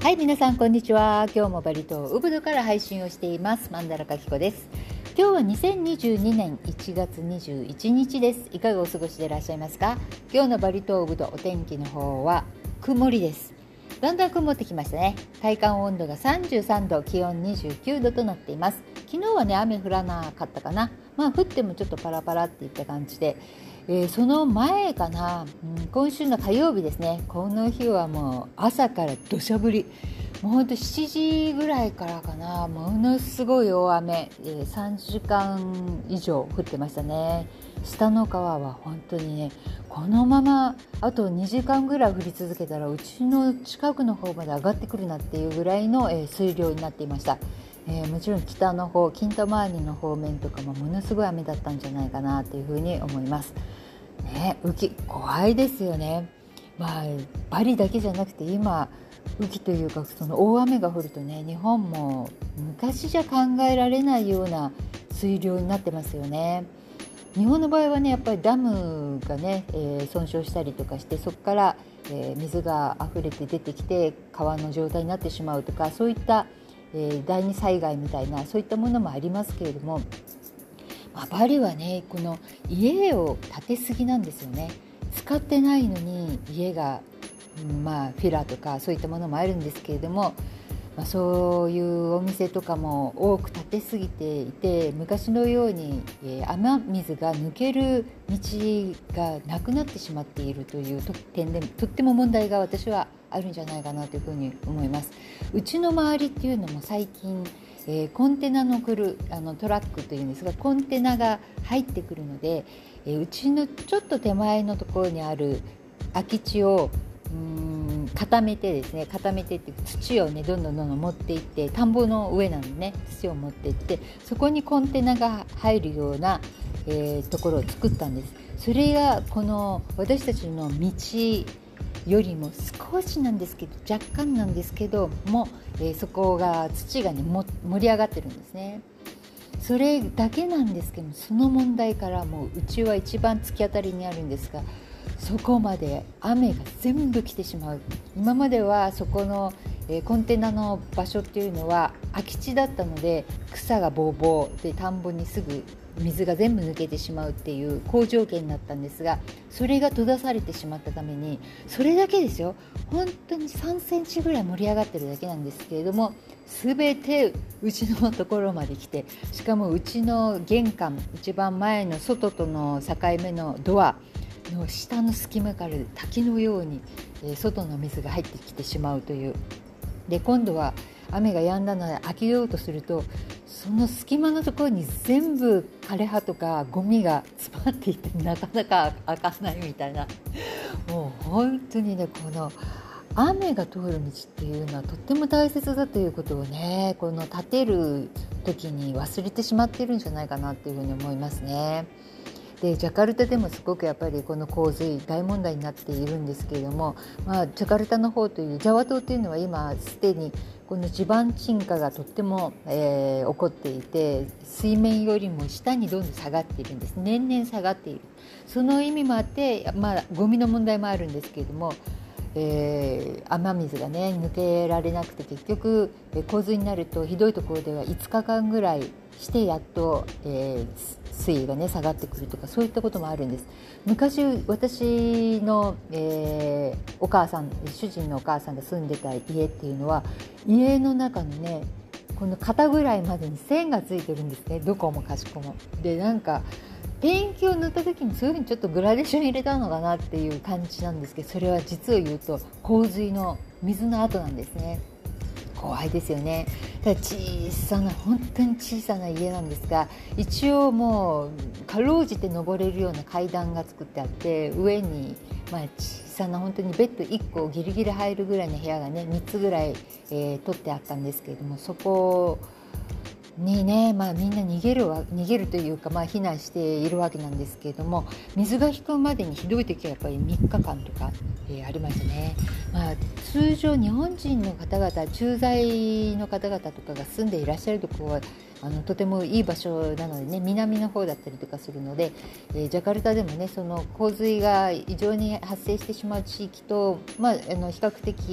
はい、皆さんこんにちは。今日もバリ島ウブドから配信をしていますマンダラカキコです。今日は2022年1月21日です。いかがお過ごしでいらっしゃいますか？今日のバリ島ウブド、お天気の方は曇りです。だんだん曇ってきましたね。体感温度が33度、気温29度となっています。昨日はね、雨降らなかったかな。降ってもちょっとパラパラっていった感じで、その前かな、今週の火曜日ですね。この日はもう朝から土砂降り、もうほんと7時ぐらいからかな、ものすごい大雨、3時間以上降ってましたね。下の川は本当にね、このままあと2時間ぐらい降り続けたらうちの近くの方まで上がってくるなっていうぐらいの、水量になっていました。もちろん北の方、金玉周りの方面とかもものすごい雨だったんじゃないかなというふうに思いますね。雨季怖いですよね。バリだけじゃなくて今雨季というか、その大雨が降るとね、日本も昔じゃ考えられないような水量になってますよね。日本の場合はね、やっぱりダムがね、損傷したりとかして、そこから、水が溢れて出てきて川の状態になってしまうとか、そういった、第二災害みたいなそういったものもありますけれども、バリはね、この家を建てすぎなんですよね。使ってないのに家が、フィラとかそういったものもあるんですけれども、そういうお店とかも多く建てすぎていて、昔のように、雨水が抜ける道がなくなってしまっているという点で、とっても問題が私はあるんじゃないかなというふうに思います。うちの周りっていうのも最近、コンテナの来るトラックというんですが、コンテナが入ってくるので、うちのちょっと手前のところにある空き地を固めてですね、固めてって土をね、どんどん持っていって、田んぼの上なのでね、土を持っていって、そこにコンテナが入るような、ところを作ったんです。それがこの私たちの道よりも少しなんですけど、若干なんですけども、そこが土がね盛り上がってるんですね。それだけなんですけども、その問題からもうちは一番突き当たりにあるんですが、そこまで雨が全部来てしまう。今まではそこの、コンテナの場所っていうのは空き地だったので、草がぼうぼうで田んぼにすぐ水が全部抜けてしまうっていう好条件だったんですが、それが閉ざされてしまったために、それだけですよ、本当に3センチぐらい盛り上がってるだけなんですけれども、全てうちのところまで来て、しかもうちの玄関一番前の外との境目のドアの下の隙間から滝のように、外の水が入ってきてしまうという。で、今度は雨が止んだので開けようとすると、その隙間のところに全部枯葉とかゴミが詰まっていて、なかなか開かないみたいな。もう本当にね、この雨が通る道っていうのはとっても大切だということをね、この建てる時に忘れてしまっているんじゃないかなっていうふうに思いますね。で、ジャカルタでもすごくやっぱりこの洪水大問題になっているんですけれども、ジャカルタの方というジャワ島というのは今すでにこの地盤沈下がとっても、起こっていて、水面よりも下にどんどん下がっているんです。年々下がっている。その意味もあって、ゴミの問題もあるんですけれども、雨水がね抜けられなくて、結局、洪水になるとひどいところでは5日間ぐらいしてやっと、水位がね下がってくるとか、そういったこともあるんです。昔私の、お母さん、主人のお母さんが住んでた家っていうのは、家の中のね、この肩ぐらいまでに線がついてるんですね、どこもかしこも。で、なんかペンキを塗った時にそういうふうにちょっとグラデーション入れたのかなっていう感じなんですけど、それは実を言うと洪水の水の跡なんですね。怖いですよね。だから小さな、本当に小さな家なんですが、一応もうかろうじて登れるような階段が作ってあって、上に小さな本当にベッド1個ギリギリ入るぐらいの部屋がね3つぐらい、取ってあったんですけれども、そこにね、みんな逃げるというか、避難しているわけなんですけれども、水が引くまでにひどい時はやっぱり3日間とか、ありましたね。通常日本人の方々、駐在の方々とかが住んでいらっしゃるところはとてもいい場所なのでね、南の方だったりとかするので、ジャカルタでもね、その洪水が異常に発生してしまう地域と、比較的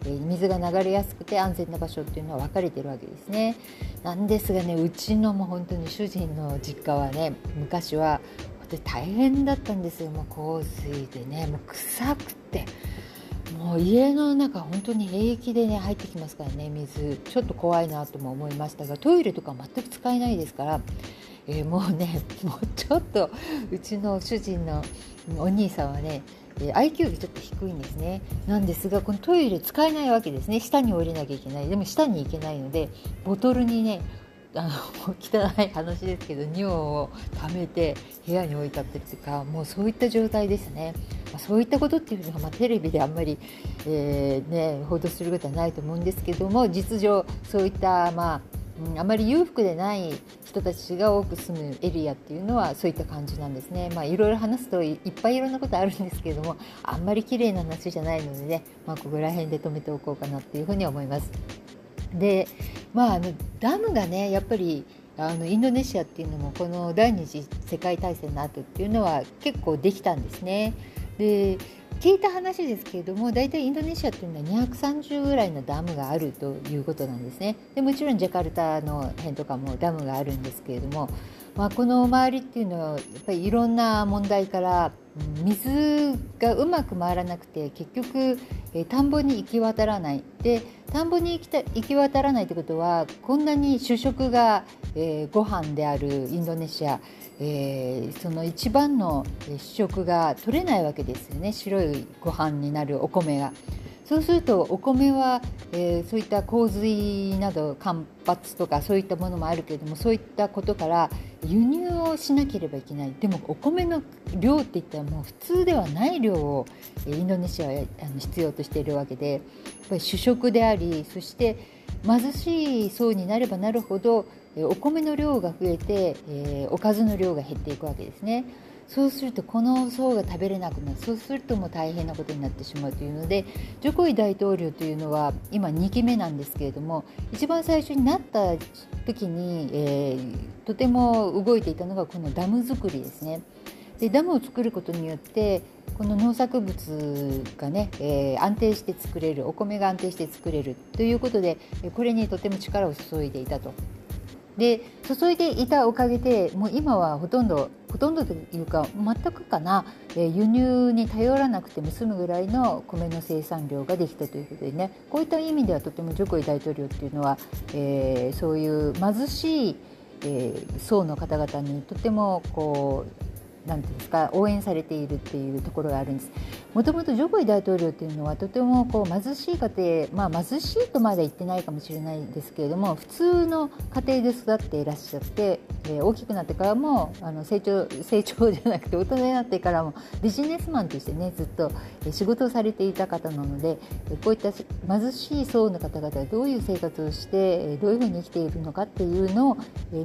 水が流れやすくて安全な場所っていうのは分かれてるわけですね。なんですがね、うちのもう本当に主人の実家はね、昔は大変だったんですよ。もう洪水でね、もう臭くて、もう家の中本当に平気でね入ってきますからね、水ちょっと怖いなとも思いましたが、トイレとか全く使えないですから、もうね、もうちょっとうちの主人のお兄さんはね、IQ がちょっと低いんですね。なんですが、このトイレ使えないわけですね。下に降りなきゃいけない。でも下に行けないので、ボトルにね、汚い話ですけど尿を溜めて部屋に置いてあったりとか、もうそういった状態ですね。そういったことっていうのは、テレビであんまり、報道することはないと思うんですけども、実情そういった、あまり裕福でない人たちが多く住むエリアっていうのはそういった感じなんですね。いろいろ話すと いっぱいいろんなことあるんですけれども、あんまり綺麗な話じゃないのでね、ここら辺で止めておこうかなっていうふうに思います。で、ダムがね、やっぱりインドネシアっていうのもこの第二次世界大戦の後っていうのは結構できたんですね。で、聞いた話ですけれども、大体インドネシアっていうのは230ぐらいのダムがあるということなんですね。でもちろんジャカルタの辺とかもダムがあるんですけれども、この周りっていうのはやっぱりいろんな問題から水がうまく回らなくて、結局田んぼに行き渡らない。で、田んぼに行き渡らないということは、こんなに主食が、ご飯であるインドネシア、その一番の主食が取れないわけですよね。白いご飯になるお米が。そうするとお米は、そういった洪水など干ばつとかそういったものもあるけれども、そういったことから輸入をしなければいけない。でもお米の量っていったらもう普通ではない量をインドネシアは必要としているわけで、やっぱり主食であり、そして貧しい層になればなるほどお米の量が増えて、おかずの量が減っていくわけですね。そうするとこの層が食べれなくなる。そうするともう大変なことになってしまうというので、ジョコイ大統領というのは今2期目なんですけれども、一番最初になった時に、とても動いていたのがこのダム作りですね。で、ダムを作ることによってこの農作物がね、安定して作れる、お米が安定して作れるということで、これにとても力を注いでいたと。で、注いでいたおかげで、もう今はほとんどというか全くかな、輸入に頼らなくても済むぐらいの米の生産量ができたということでね、こういった意味ではとてもジョコイ大統領っていうのは、そういう貧しい、層の方々にとてもなんていうんですか、応援されているっていうところがあるんです。もともとジョコイ大統領っていうのはとても貧しい家庭、貧しいとまでは言ってないかもしれないですけれども、普通の家庭で育っていらっしゃって、大きくなってからも成長じゃなくて大人になってからもビジネスマンとしてね、ずっと仕事をされていた方なので、こういった貧しい層の方々がどういう生活をしてどういうふうに生きているのかっていうのを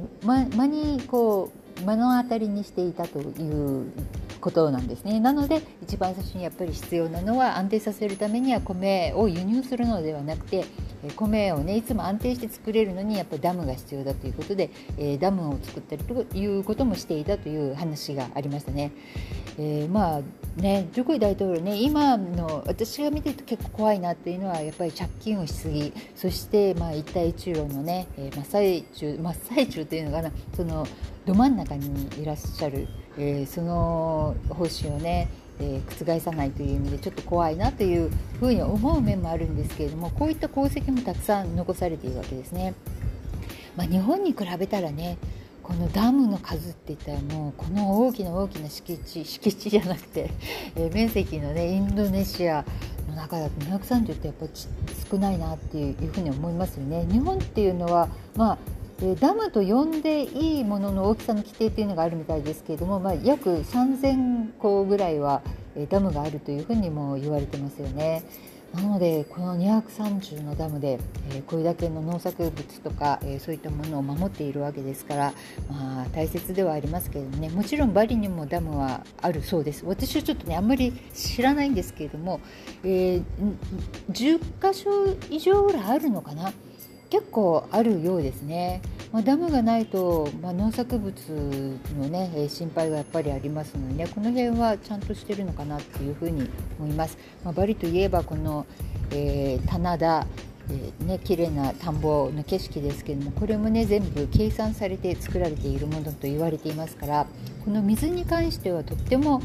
目の当たりにしていたということなんですね。なので一番最初にやっぱり必要なのは、安定させるためには米を輸入するのではなくて、米をねいつも安定して作れるのにやっぱりダムが必要だということで、ダムを作ったりということもしていたという話がありましたね。ジョコイ大統領ね、今の私が見てると結構怖いなっていうのは、やっぱり借金をしすぎ、そして一帯一路のね、真っ最中というのかな、そのど真ん中にいらっしゃる、その方針をね、覆さないという意味でちょっと怖いなというふうに思う面もあるんですけれども、こういった功績もたくさん残されているわけですね。日本に比べたらね、このダムの数っていったらもうこの大きな敷地じゃなくて、面積のねインドネシアの中だと230ってやっぱり少ないなっていうふうに思いますよね。日本っていうのはダムと呼んでいいものの大きさの規定というのがあるみたいですけれども、約3000個ぐらいはダムがあるというふうにも言われてますよね。なのでこの230のダムで、これだけの農作物とか、そういったものを守っているわけですから、大切ではありますけれどもね、もちろんバリにもダムはあるそうです。私はちょっとねあんまり知らないんですけれども、10箇所以上ぐらいあるのかな、結構あるようですね。ダムがないと、農作物のね心配がやっぱりありますのでね、この辺はちゃんとしてるのかなっていうふうに思います。バリといえばこの、 棚田、綺麗な田んぼの景色ですけれども、これもね全部計算されて作られているものと言われていますから、この水に関してはとっても、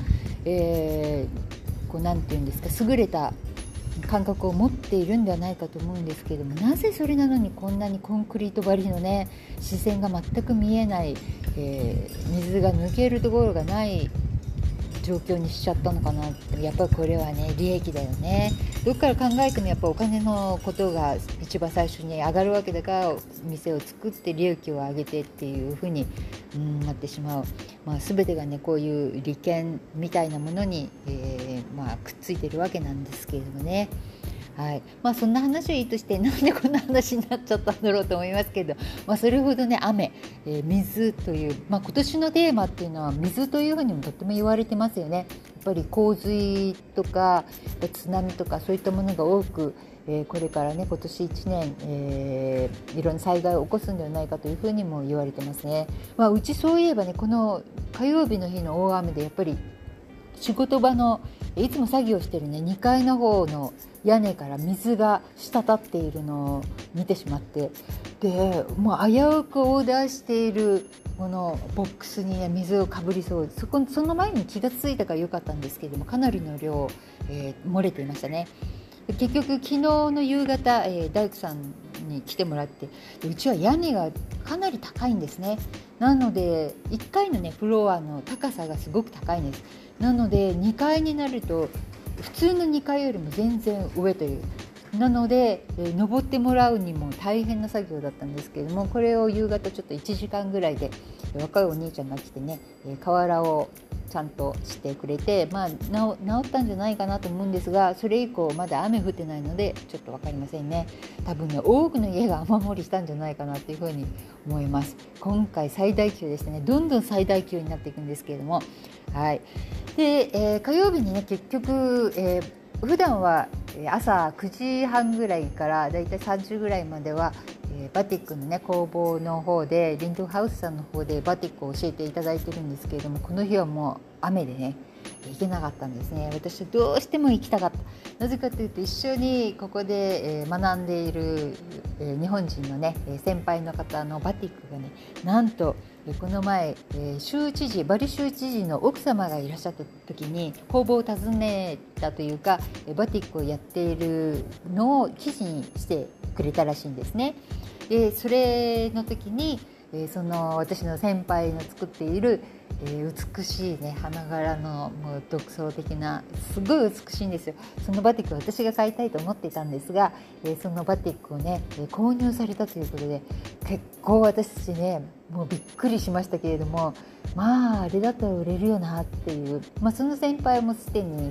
なんていうんですか、優れた感覚を持っているんではないかと思うんですけれども、なぜそれなのにこんなにコンクリート張りのね視線が全く見えない、水が抜けるところがない状況にしちゃったのかな。やっぱりこれはね利益だよね。どっから考えてもやっぱお金のことが一番最初に上がるわけだから、店を作って利益を上げてっていうふうになってしまう、全てがねこういう利権みたいなものに、くっついてるわけなんですけれどもね。はい、そんな話をいいとして、なんでこんな話になっちゃったんだろうと思いますけど、それほどね雨、水という、今年のテーマっていうのは水というふうにもとっても言われてますよね。やっぱり洪水とか津波とかそういったものが多く、これからね今年1年、いろんな災害を起こすんではないかというふうにも言われてますね。うちそういえばね、この火曜日の日の大雨でやっぱり仕事場のいつも作業してるね2階の方の屋根から水が滴っているのを見てしまって、でもう危うくオーダーしているこのボックスに、ね、水をかぶりそう、その前に気がついたからよかったんですけれども、かなりの量、漏れていましたね。結局昨日の夕方、大工さんに来てもらって、うちは屋根がかなり高いんですね。なので1階のねフロアの高さがすごく高いんです。なので2階になると普通の2階よりも全然上という、なので、登ってもらうにも大変な作業だったんですけれども、これを夕方ちょっと1時間ぐらいで若いお兄ちゃんが来てね、瓦をちゃんとしてくれて、治ったんじゃないかなと思うんですが、それ以降まだ雨降ってないのでちょっと分かりませんね。多分ね多くの家が雨漏りしたんじゃないかなというふうに思います。今回最大級でしたね。どんどん最大級になっていくんですけれども、はい。で、火曜日にね結局、普段は朝9時半ぐらいからだいたい3時ぐらいまでは、バティックの、ね、工房の方でリンドハウスさんの方でバティックを教えていただいてるんですけれども、この日はもう雨でね行けなかったんですね。私はどうしても行きたかった。なぜかというと、一緒にここで学んでいる日本人のね先輩の方のバティックがね、なんとこの前州知事、バリ州知事の奥様がいらっしゃった時に工房を訪ねたというか、バティックをやっているのを記事にしてくれたらしいんですね。でそれの時にその私の先輩の作っている美しい、ね、花柄のもう独創的なすごい美しいんですよ。そのバティックを私が買いたいと思っていたんですが、そのバティックをね購入されたということで、結構私たちねもうびっくりしましたけれども、あれだったら売れるよなっていう、その先輩もすでに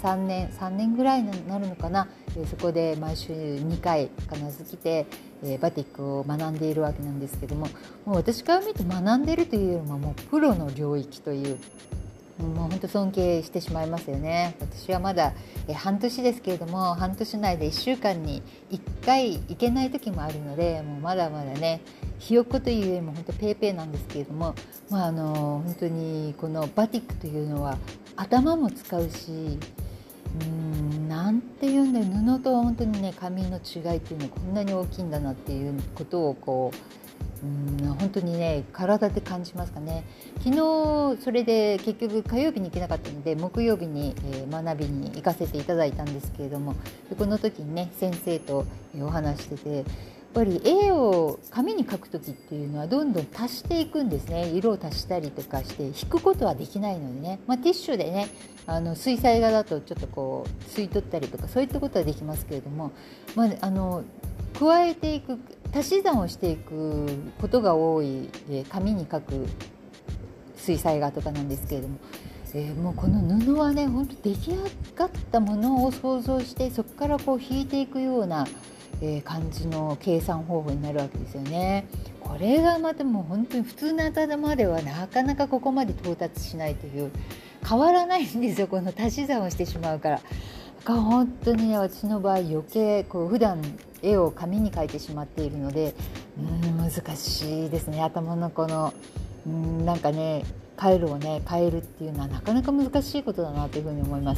3年ぐらいになるのかな、そこで毎週2回必ず来てバティックを学んでいるわけなんですけども、もう私から見て学んでいるというよりももうプロの領域という、もう本当尊敬してしまいますよね。私はまだ半年ですけれども、半年内で1週間に1回行けない時もあるので、もうまだまだねひよっこというよりも本当ペーペーなんですけれども、本当にこのバティックというのは頭も使うし、なんていうんだよ、布と本当にね紙の違いっていうのはこんなに大きいんだなっていうことを本当にね体で感じますかね。昨日それで結局火曜日に行けなかったので木曜日に学びに行かせていただいたんですけれども、この時にね先生とお話してて、やっぱり絵を紙に描く時っていうのはどんどん足していくんですね。色を足したりとかして引くことはできないのでね、ティッシュでね水彩画だとちょっとこう吸い取ったりとかそういったことはできますけれども、加えていく足し算をしていくことが多い、紙に描く水彩画とかなんですけれども、もうこの布はね本当出来上がったものを想像してそこからこう引いていくような感じの計算方法になるわけですよね。これがまたもう本当に普通の頭ではなかなかここまで到達しないという、変わらないんですよ、この足し算をしてしまうから。本当にね私の場合余計普段絵を紙に描いてしまっているので難しいですね。頭のこのなんかね回路をね変えるっていうのはなかなか難しいことだなというふうに思います。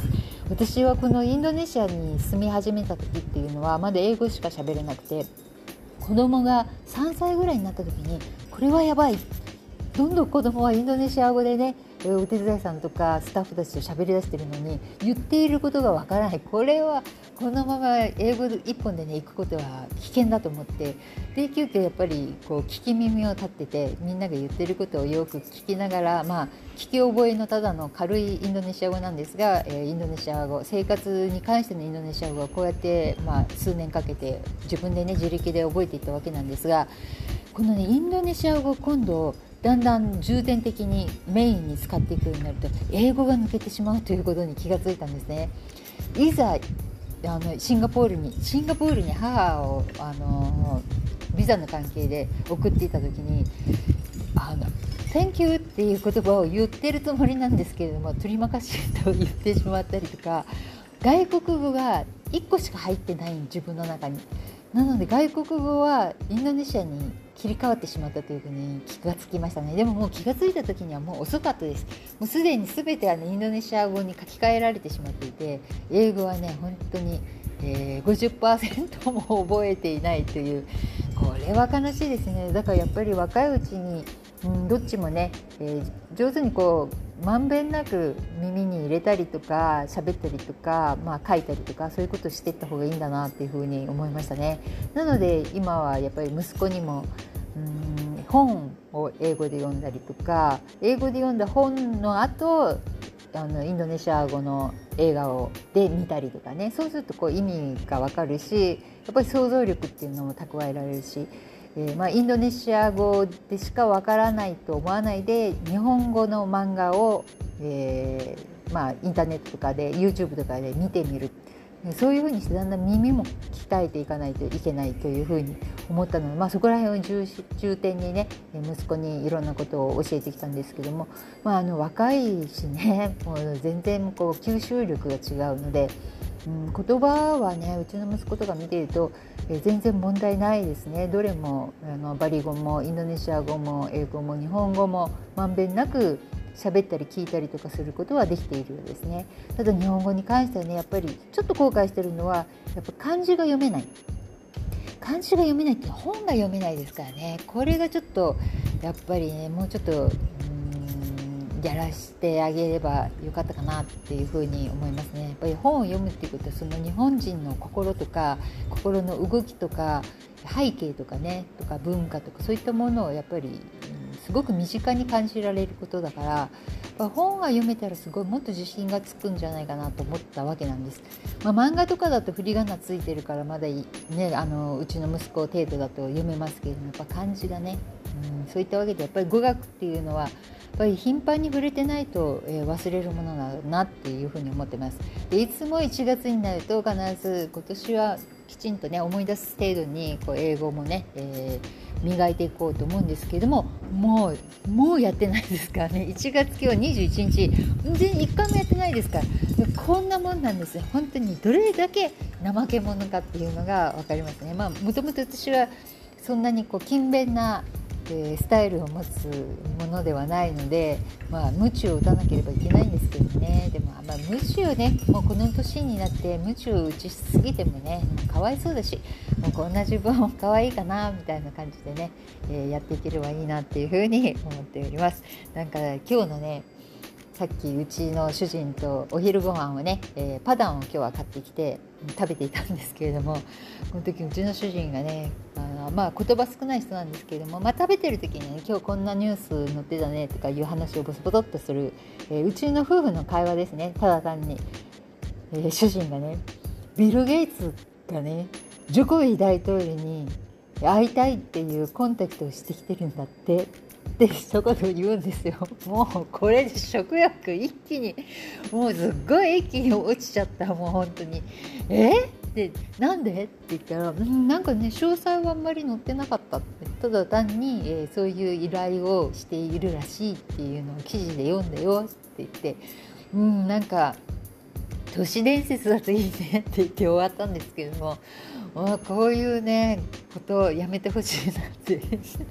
私はこのインドネシアに住み始めた時っていうのはまだ英語しか喋れなくて、子供が3歳ぐらいになった時にこれはやばい、どんどん子供はインドネシア語でねお手伝いさんとかスタッフたちと喋り出してるのに言っていることがわからない、これはこのまま英語一本でね行くことは危険だと思って、で急遽やっぱりこう聞き耳を立っててみんなが言ってることをよく聞きながら、聞き覚えのただの軽いインドネシア語なんですが、インドネシア語、生活に関してのインドネシア語はこうやって、数年かけて自分でね自力で覚えていったわけなんですが、このねインドネシア語今度だんだん重点的にメインに使っていくようになると英語が抜けてしまうということに気がついたんですね。いざシンガポールに母をビザの関係で送っていた時にThank you っていう言葉を言ってるつもりなんですけれども、取りまかしと言ってしまったりとか、外国語が1個しか入ってない自分の中に。なので外国語はインドネシアに切り替わってしまったというふうに気がつきましたね。でももう気がついた時にはもう遅かったです。もうすでに全てインドネシア語に書き換えられてしまっていて、英語はね本当に、50% も覚えていないという、これは悲しいですね。だからやっぱり若いうちに、どっちもね、上手にこうまんべんなく耳に入れたりとか喋ったりとか、書いたりとかそういうことをしていった方がいいんだなっていうふうに思いましたね。なので今はやっぱり息子にも本を英語で読んだりとか、英語で読んだ本の後インドネシア語の映画で見たりとかね、そうするとこう意味が分かるし、やっぱり想像力っていうのも蓄えられるし、インドネシア語でしかわからないと思わないで日本語の漫画を、インターネットとかで YouTube とかで見てみる、そういうふうにしてだんだん耳も鍛えていかないといけないというふうに思ったので、そこら辺を重点にね息子にいろんなことを教えてきたんですけども、若いしね、もう全然こう吸収力が違うので、言葉はねうちの息子とか見ていると、全然問題ないですね。どれもバリ語もインドネシア語も英語も日本語もまんべんなく喋ったり聞いたりとかすることはできているようですね。ただ日本語に関してはねやっぱりちょっと後悔してるのはやっぱ漢字が読めないって本が読めないですからね。これがちょっとやっぱりねもうちょっとやらしてあげればよかったかなっていうふうに思いますね。やっぱり本を読むっていうことはその日本人の心とか心の動きとか背景とかねとか文化とかそういったものをやっぱりすごく身近に感じられることだから、本が読めたらすごいもっと自信がつくんじゃないかなと思ったわけなんです。漫画とかだと振り仮名ついてるからまだいい、ね、うちの息子程度だと読めますけれども、やっぱ漢字がね、そういったわけでやっぱり語学っていうのはやっぱり頻繁に触れてないと、忘れるものだなっていうふうに思ってます。でいつも1月になると必ず今年はきちんとね思い出す程度にこう英語もね、磨いていこうと思うんですけれども、もうやってないですからね。1月今日21日全然1回もやってないですから、こんなもんなんですよ。本当にどれだけ怠け者かっていうのが分かりますね。もともと私はそんなにこう勤勉なスタイルを持つものではないので、鞭を打たなければいけないんですけどね。でも鞭をねもうこの年になって鞭を打ちすぎてもねかわいそうだし、もうこんな自分も可愛いかなみたいな感じでね、やっていければいいなっていうふうに思っております。なんか今日のねさっきうちの主人とお昼ご飯をね、パダンを今日は買ってきて食べていたんですけれども、この時うちの主人がね言葉少ない人なんですけれども、食べてる時にね今日こんなニュース載ってたねとかいう話をボソボソっとする、うちの夫婦の会話ですね。ただ単に、主人がねビル・ゲイツがねジョコビ大統領に会いたいっていうコンタクトをしてきてるんだってで一言言うんですよ。もうこれで食欲一気にもうすっごい一気に落ちちゃった。もう本当にでなんでって言ったら、なんかね詳細はあんまり載ってなかったって、ただ単に、そういう依頼をしているらしいっていうのを記事で読んだよって言って、なんか都市伝説だといいねって言って終わったんですけども、こういうねことをやめてほしいなって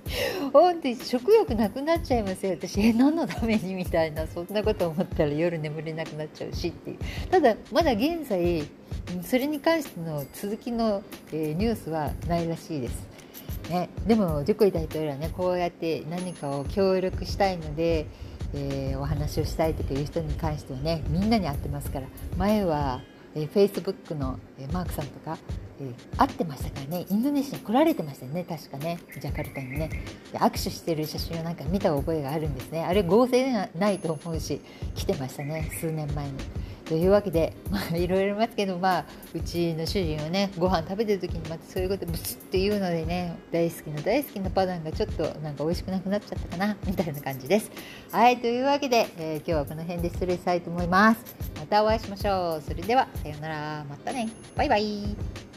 本当に食欲なくなっちゃいますよ私。何のためにみたいな、そんなこと思ったら夜眠れなくなっちゃうしっていう。ただまだ現在それに関しての続きの、ニュースはないらしいですね。でもジョコイ大統領はね、こうやって何かを協力したいので、お話をしたいという人に関してはね、みんなに会ってますから。前はFacebook のマークさんとか、会ってましたからね。インドネシアに来られてましたよね、確かね、ジャカルタにね。で握手してる写真をなんか見た覚えがあるんですね。あれ合成ではないと思うし、来てましたね、数年前に。というわけで、いろいろありますけど、うちの主人はね、ご飯食べてる時にまたそういうことブツッって言うのでね、大好きなパターンがちょっとなんか美味しくなくなっちゃったかなみたいな感じです。はい、というわけで、今日はこの辺で失礼したいと思います。またお会いしましょう。それではさようなら、またね、バイバイ。